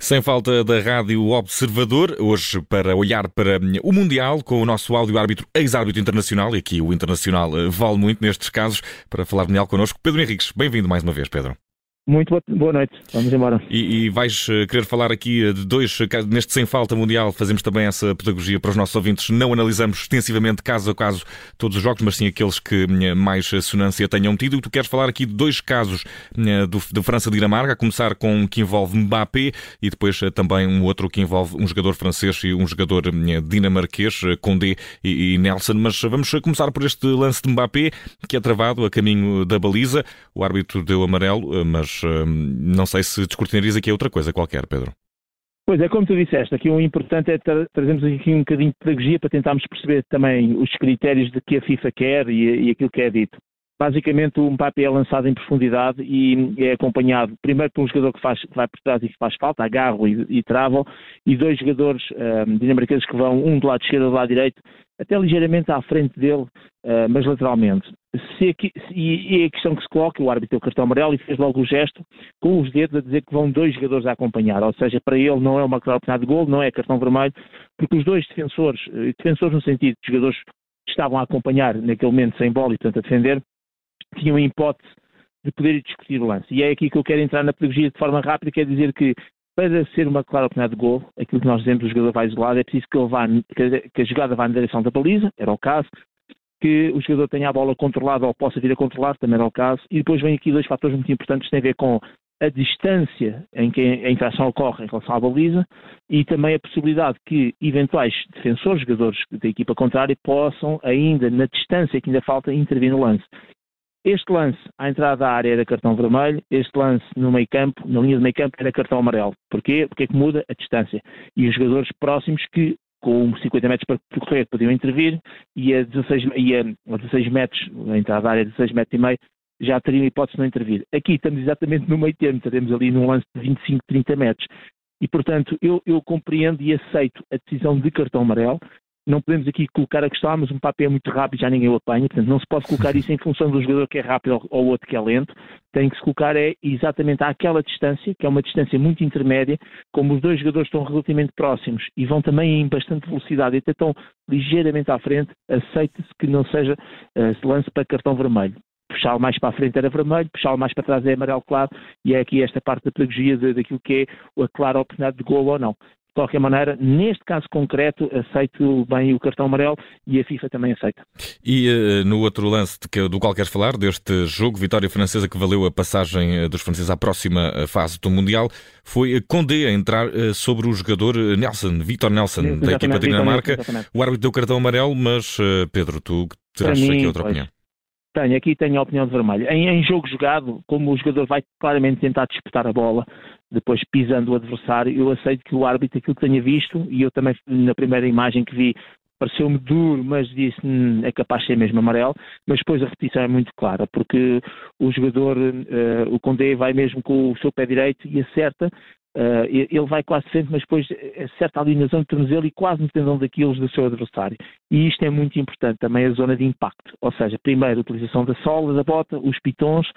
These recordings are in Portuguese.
Sem falta da Rádio Observador, hoje para olhar para o Mundial com o nosso áudio-árbitro, ex-árbitro internacional, e aqui o internacional vale muito nestes casos, para falar de Mundial connosco, Pedro Henriques. Bem-vindo mais uma vez, Pedro. Muito boa noite, vamos embora. E vais querer falar aqui de dois casos, neste Sem Falta Mundial, fazemos também essa pedagogia para os nossos ouvintes, não analisamos extensivamente caso a caso todos os jogos, mas sim aqueles que mais sonância tenham tido. Tu queres falar aqui de dois casos do França-Dinamarca, a começar com um que envolve Mbappé e depois também um outro que envolve um jogador francês e um jogador dinamarquês, Condé e Nelson. Mas vamos começar por este lance de Mbappé, que é travado a caminho da baliza. O árbitro deu amarelo, mas não sei se descortinarias aqui outra coisa qualquer, Pedro. Pois é, como tu disseste, aqui o importante é trazermos aqui um bocadinho de pedagogia para tentarmos perceber também os critérios de que a FIFA quer e aquilo que é dito. Basicamente o Mbappé é lançado em profundidade e é acompanhado primeiro por um jogador que vai por trás e que faz falta, agarra e trava, e dois jogadores dinamarqueses que vão, um do lado esquerdo e do lado direito, até ligeiramente à frente dele, mas lateralmente. E a questão que se coloca, o árbitro deu o cartão amarelo e fez logo o gesto com os dedos a dizer que vão dois jogadores a acompanhar, ou seja, para ele não é uma clara oportunidade de golo, não é cartão vermelho, porque os dois defensores no sentido de jogadores que estavam a acompanhar naquele momento sem bola e portanto a defender, tinham a hipótese de poder discutir o lance. E é aqui que eu quero entrar na pedagogia de forma rápida, quer dizer que para ser uma clara oportunidade de golo, aquilo que nós dizemos, o jogador vai isolado, é preciso que a jogada vá na direção da baliza, era o caso, que o jogador tenha a bola controlada ou possa vir a controlar, também era o caso, e depois vem aqui dois fatores muito importantes que têm a ver com a distância em que a infração ocorre em relação à baliza e também a possibilidade que eventuais defensores, jogadores da equipa contrária, possam ainda, na distância que ainda falta, intervir no lance. Este lance à entrada da área era cartão vermelho, este lance no meio campo, na linha do meio campo, era cartão amarelo. Porquê? Porque é que muda a distância. E os jogadores próximos que, com 50 metros para percorrer, podiam intervir e a 16 metros, a entrada da área de 16 metros e meio, já teriam hipótese de não intervir. Aqui estamos exatamente no meio termo, estaremos ali num lance de 25, 30 metros. E, portanto, eu compreendo e aceito a decisão de cartão amarelo. Não podemos aqui colocar a questão, mas um Mbappé é muito rápido, já ninguém o apanha, portanto não se pode colocar isso em função do jogador que é rápido ou outro que é lento. Tem que se colocar exatamente àquela distância, que é uma distância muito intermédia, como os dois jogadores estão relativamente próximos e vão também em bastante velocidade e até estão ligeiramente à frente, aceita-se que não seja lance para cartão vermelho. Puxá-lo mais para a frente era vermelho, puxá-lo mais para trás é amarelo claro, e é aqui esta parte da pedagogia daquilo que é a clara oportunidade de golo ou não. De qualquer maneira, neste caso concreto, aceito bem o cartão amarelo e a FIFA também aceita. E no outro lance do qual queres falar, deste jogo, vitória francesa que valeu a passagem dos franceses à próxima fase do Mundial, foi Condé a entrar sobre o jogador Victor Nelson, da equipa da Dinamarca. O árbitro deu cartão amarelo, mas Pedro, tu terás aqui outra opinião. Tenho a opinião de vermelho. Em jogo jogado, como o jogador vai claramente tentar disputar a bola, depois pisando o adversário, eu aceito que o árbitro, aquilo que tenha visto, e eu também na primeira imagem que vi, pareceu-me duro, mas disse é capaz de ser mesmo amarelo, mas depois a repetição é muito clara, porque o jogador, o Condé, vai mesmo com o seu pé direito e acerta. Ele vai quase sempre, mas depois acerta ali na zona de tornozelo e quase no tendão daqueles do seu adversário. E isto é muito importante, também a zona de impacto. Ou seja, primeiro a utilização da sola, da bota, os pitons,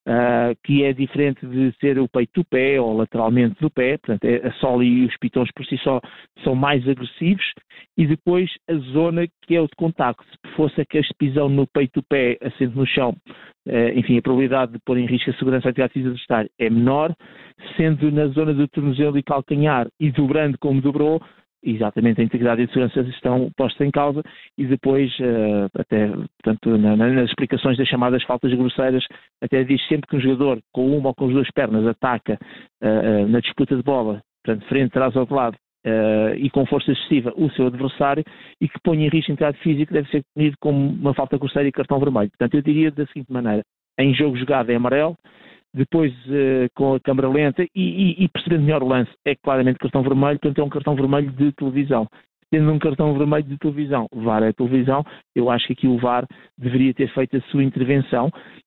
que é diferente de ser o peito do pé ou lateralmente do pé. Portanto, a sola e os pitons por si só são mais agressivos. E depois a zona que é o de contacto. Se fosse aquele pisão no peito do pé, assente no chão, enfim, a probabilidade de pôr em risco a segurança atividade adversária é menor, sendo na zona do tornozelo e calcanhar e dobrando como dobrou, exatamente a integridade e a segurança estão postas em causa e depois, até portanto, nas explicações das chamadas faltas grosseiras, até diz sempre que um jogador com uma ou com as duas pernas ataca na disputa de bola, portanto, frente, trás ou de lado, e com força excessiva o seu adversário e que põe em risco a integridade física, deve ser punido como uma falta grosseira e cartão vermelho. Portanto, eu diria da seguinte maneira: em jogo jogado é amarelo, depois com a câmara lenta e percebendo melhor o lance é claramente cartão vermelho, portanto é um cartão vermelho de televisão. Tendo um cartão vermelho de televisão, VAR é televisão, eu acho que aqui o VAR deveria ter feito a sua intervenção.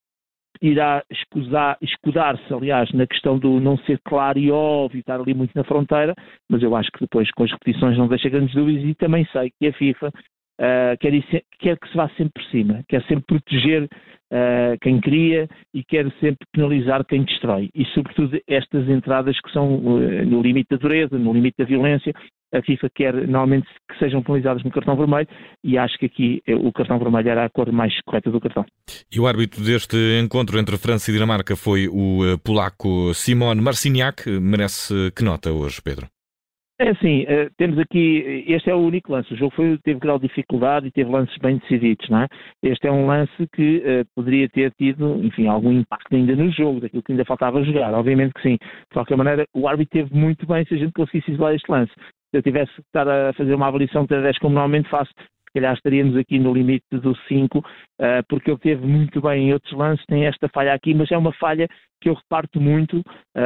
Irá escudar-se, aliás, na questão do não ser claro e óbvio, estar ali muito na fronteira, mas eu acho que depois com as repetições não deixa grandes dúvidas e também sei que a FIFA quer que se vá sempre por cima, quer sempre proteger quem cria e quer sempre penalizar quem destrói. E, sobretudo, estas entradas que são no limite da dureza, no limite da violência, a FIFA quer normalmente que sejam penalizadas no cartão vermelho e acho que aqui o cartão vermelho era a cor mais correta do cartão. E o árbitro deste encontro entre França e Dinamarca foi o polaco Szymon Marciniak. Merece que nota hoje, Pedro? É assim, temos aqui, este é o único lance, o jogo teve grau de dificuldade e teve lances bem decididos, não é? Este é um lance que poderia ter tido, enfim, algum impacto ainda no jogo, daquilo que ainda faltava jogar, obviamente que sim. De qualquer maneira, o árbitro teve muito bem se a gente conseguisse isolar este lance. Se eu tivesse que estar a fazer uma avaliação de 10 como normalmente faço, se calhar estaríamos aqui no limite do 5, porque ele teve muito bem em outros lances, tem esta falha aqui, mas é uma falha que eu reparto muito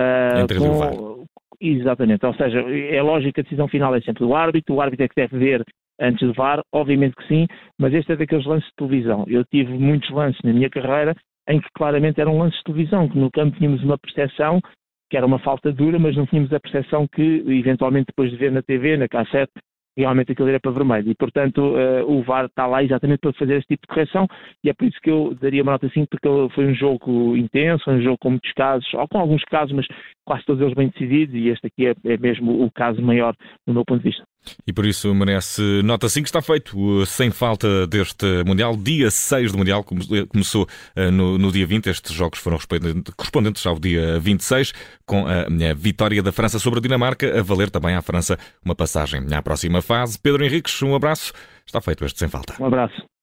Exatamente, ou seja, é lógico que a decisão final é sempre do árbitro, o árbitro é que deve ver antes do VAR, obviamente que sim, mas este é daqueles lances de televisão. Eu tive muitos lances na minha carreira em que claramente eram lances de televisão, que no campo tínhamos uma percepção que era uma falta dura, mas não tínhamos a percepção que, eventualmente, depois de ver na TV, na cassete, realmente aquilo era para vermelho. E, portanto, o VAR está lá exatamente para fazer esse tipo de correção e é por isso que eu daria uma nota 5, porque foi um jogo intenso, foi um jogo com muitos casos, ou com alguns casos, mas quase todos eles bem decididos e este aqui é mesmo o caso maior do meu ponto de vista. E por isso merece nota 5. Está feito sem falta deste Mundial. Dia 6 do Mundial, começou no dia 20. Estes jogos foram correspondentes ao dia 26, com a vitória da França sobre a Dinamarca, a valer também à França uma passagem à próxima fase. Pedro Henriques, um abraço. Está feito este Sem Falta. Um abraço.